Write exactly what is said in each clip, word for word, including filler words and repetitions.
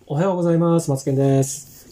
おはようございます。マツケンです。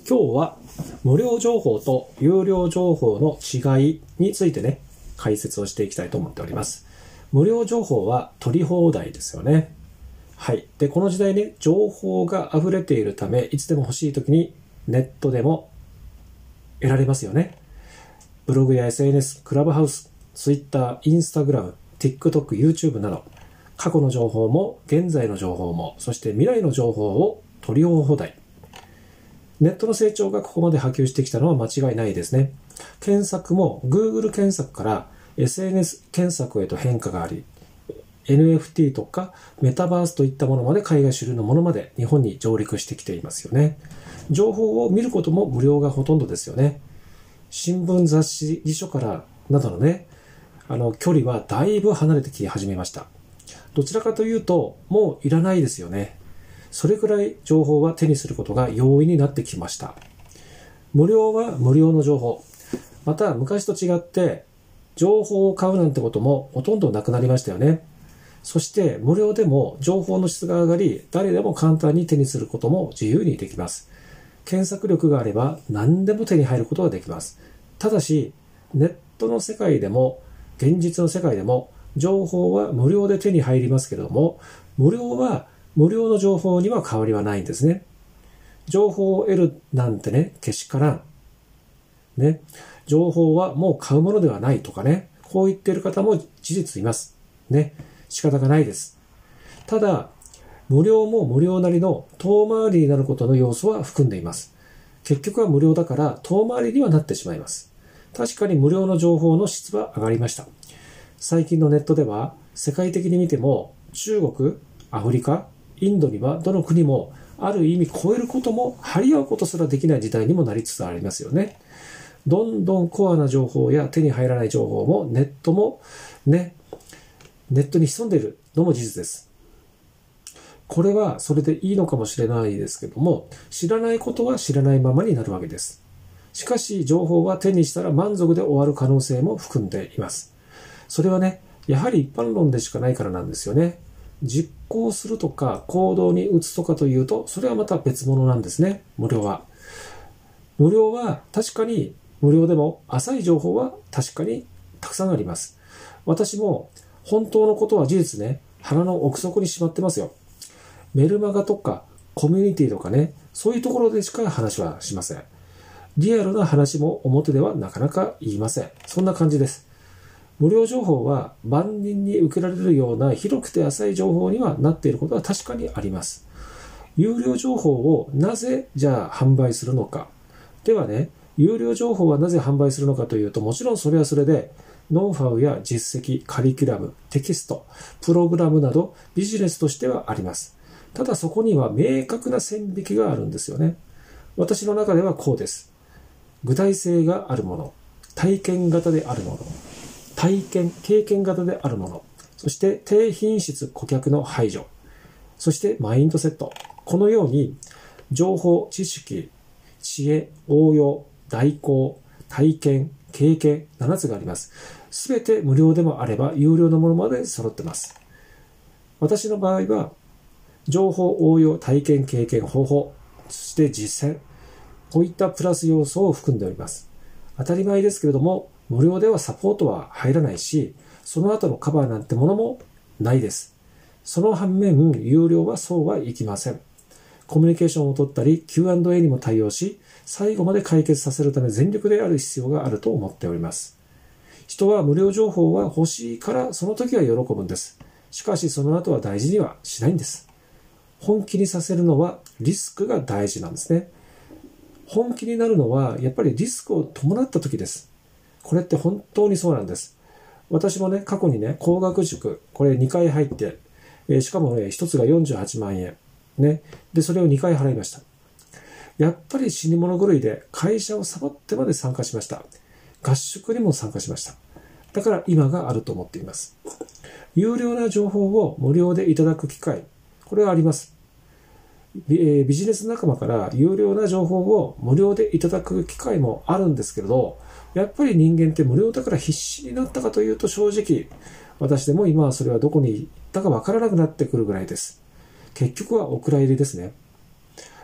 今日は無料情報と有料情報の違いについてね、解説をしていきたいと思っております。無料情報は取り放題ですよね。はい。で、この時代ね、情報が溢れているため、いつでも欲しい時にネットでも得られますよね。ブログや エスエヌエス、クラブハウス、Twitter、Instagram、TikTok、YouTube など、過去の情報も現在の情報も、そして未来の情報を取り放題。ネットの成長がここまで波及してきたのは間違いないですね。検索も Google 検索から エスエヌエス 検索へと変化があり、エヌエフティー とかメタバースといったものまで海外主流のものまで日本に上陸してきていますよね。情報を見ることも無料がほとんどですよね。新聞、雑誌、辞書からなどのね、あの距離はだいぶ離れてき始めました。どちらかというともういらないですよね。それくらい情報は手にすることが容易になってきました。無料は無料の情報。また昔と違って情報を買うなんてこともほとんどなくなりましたよね。そして無料でも情報の質が上がり、誰でも簡単に手にすることも自由にできます。検索力があれば何でも手に入ることができます。ただし、ネットの世界でも現実の世界でも情報は無料で手に入りますけれども、無料は無料の情報には変わりはないんですね。情報を得るなんてね、けしからん。ね。情報はもう買うものではないとかね、こう言っている方も事実います。ね。仕方がないです。ただ、無料も無料なりの遠回りになることの要素は含んでいます。結局は無料だから遠回りにはなってしまいます。確かに無料の情報の質は上がりました。最近のネットでは世界的に見ても中国、アフリカ、インドにはどの国もある意味超えることも張り合うことすらできない時代にもなりつつありますよね。どんどんコアな情報や手に入らない情報もネットもね、ネットに潜んでいるのも事実です。これはそれでいいのかもしれないですけども、知らないことは知らないままになるわけです。しかし情報は手にしたら満足で終わる可能性も含んでいます。それはね、やはり一般論でしかないからなんですよね。実行するとか行動に移すとかというと、それはまた別物なんですね。無料は。無料は確かに無料でも浅い情報は確かにたくさんあります。私も本当のことは事実ね、腹の奥底にしまってますよ。メルマガとかコミュニティとかね、そういうところでしか話はしません。リアルな話も表ではなかなか言いません。そんな感じです。無料情報は万人に受けられるような広くて浅い情報にはなっていることは確かにあります。有料情報をなぜじゃあ販売するのか。ではね、有料情報はなぜ販売するのかというと、もちろんそれはそれでノウハウや実績、カリキュラム、テキスト、プログラムなどビジネスとしてはあります。ただそこには明確な線引きがあるんですよね。私の中ではこうです。具体性があるもの、体験型であるもの、体験、経験型であるもの、そして低品質顧客の排除、そしてマインドセット。このように情報、知識、知恵、応用、代行、体験、経験、ななつがあります。すべて無料でもあれば有料のものまで揃ってます。私の場合は情報、応用、体験、経験、方法、そして実践、こういったプラス要素を含んでおります。当たり前ですけれども、無料ではサポートは入らないし、その後のカバーなんてものもないです。その反面、有料はそうはいきません。コミュニケーションを取ったり、キューアンドエー にも対応し、最後まで解決させるため全力である必要があると思っております。人は無料情報は欲しいからその時は喜ぶんです。しかしその後は大事にはしないんです。本気にさせるのはリスクが大事なんですね。本気になるのはやっぱりリスクを伴った時です。これって本当にそうなんです。私もね、過去にね、高額塾、これにかい入って、えー、しかもね、ひとつがよんじゅうはちまんえん。ね。で、それをにかい払いました。やっぱり死に物狂いで会社をサボってまで参加しました。合宿にも参加しました。だから今があると思っています。有料な情報を無料でいただく機会、これはあります。ビジネス仲間から有料な情報を無料でいただく機会もあるんですけれど、やっぱり人間って無料だから必死になったかというと、正直私でも今はそれはどこに行ったかわからなくなってくるぐらいです。結局はお蔵入りですね。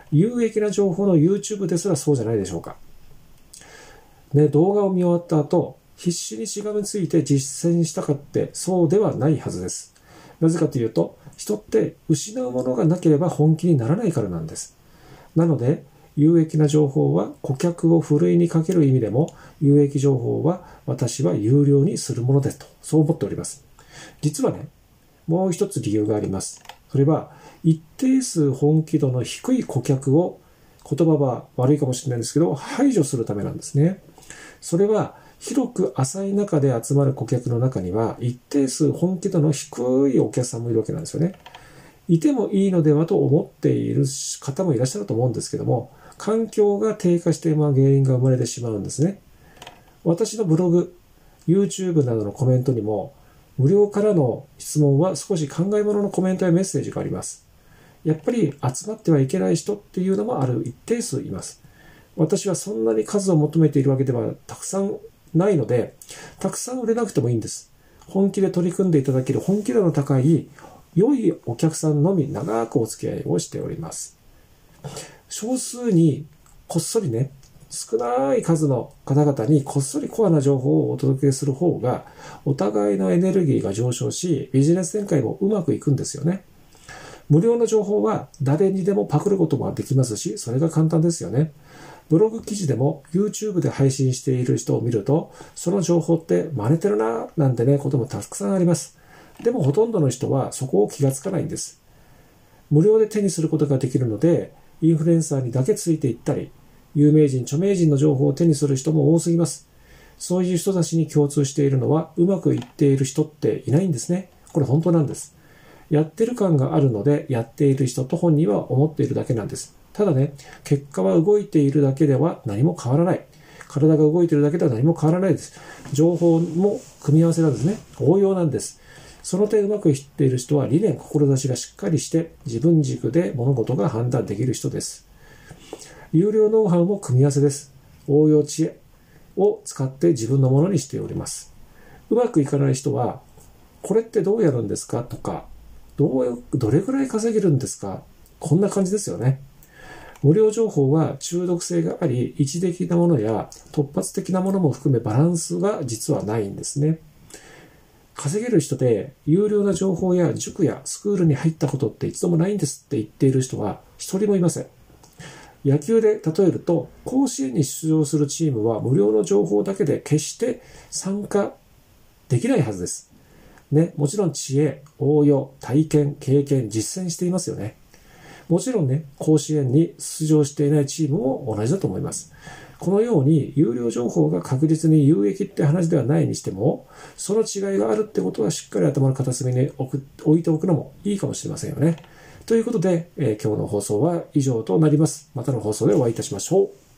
有益な情報の YouTube ですらそうじゃないでしょうか。ね、動画を見終わった後、必死にしがみついて実践したかってそうではないはずです。なぜかというと、人って失うものがなければ本気にならないからなんです。なので、有益な情報は顧客をふるいにかける意味でも、有益情報は私は有料にするものですと、そう思っております。実はね、もう一つ理由があります。それは、一定数本気度の低い顧客を、言葉は悪いかもしれないんですけど、排除するためなんですね。それは、広く浅い中で集まる顧客の中には、一定数本気度の低いお客さんもいるわけなんですよね。いてもいいのではと思っている方もいらっしゃると思うんですけども、環境が低下してまう原因が生まれてしまうんですね。私のブログ、YouTube などのコメントにも、無料からの質問は少し考え物のコメントやメッセージがあります。やっぱり集まってはいけない人っていうのもある一定数います。私はそんなに数を求めているわけではたくさんないので、たくさん売れなくてもいいんです。本気で取り組んでいただける本気度の高い良いお客さんのみ長くお付き合いをしております。少数にこっそりね、少ない数の方々にこっそりコアな情報をお届けする方が、お互いのエネルギーが上昇し、ビジネス展開もうまくいくんですよね。無料の情報は誰にでもパクることもできますし、それが簡単ですよね。ブログ記事でも YouTube で配信している人を見ると、その情報って真似てるななんてね、こともたくさんあります。でもほとんどの人はそこを気がつかないんです。無料で手にすることができるので、インフルエンサーにだけついていったり、有名人、著名人の情報を手にする人も多すぎます。そういう人たちに共通しているのは、うまくいっている人っていないんですね。これ本当なんです。やってる感があるので、やっている人と本人は思っているだけなんです。ただね、結果は動いているだけでは何も変わらない。体が動いているだけでは何も変わらないです。情報も組み合わせなんですね。応用なんです。その点うまくいっている人は理念、志がしっかりして自分軸で物事が判断できる人です。有料ノウハウも組み合わせです。応用知恵を使って自分のものにしております。うまくいかない人は、これってどうやるんですかとか、どう、どれくらい稼げるんですか、こんな感じですよね。無料情報は中毒性があり、一時的なものや突発的なものも含めバランスが実はないんですね。稼げる人で有料な情報や塾やスクールに入ったことって一度もないんですって言っている人は一人もいません。野球で例えると、甲子園に出場するチームは無料の情報だけで決して参加できないはずです。ね、もちろん知恵、応用、体験、経験、実践していますよね。もちろんね、甲子園に出場していないチームも同じだと思います。このように有料情報が確実に有益って話ではないにしても、その違いがあるってことはしっかり頭の片隅に置く置いておくのもいいかもしれませんよね。ということで、えー、今日の放送は以上となります。またの放送でお会いいたしましょう。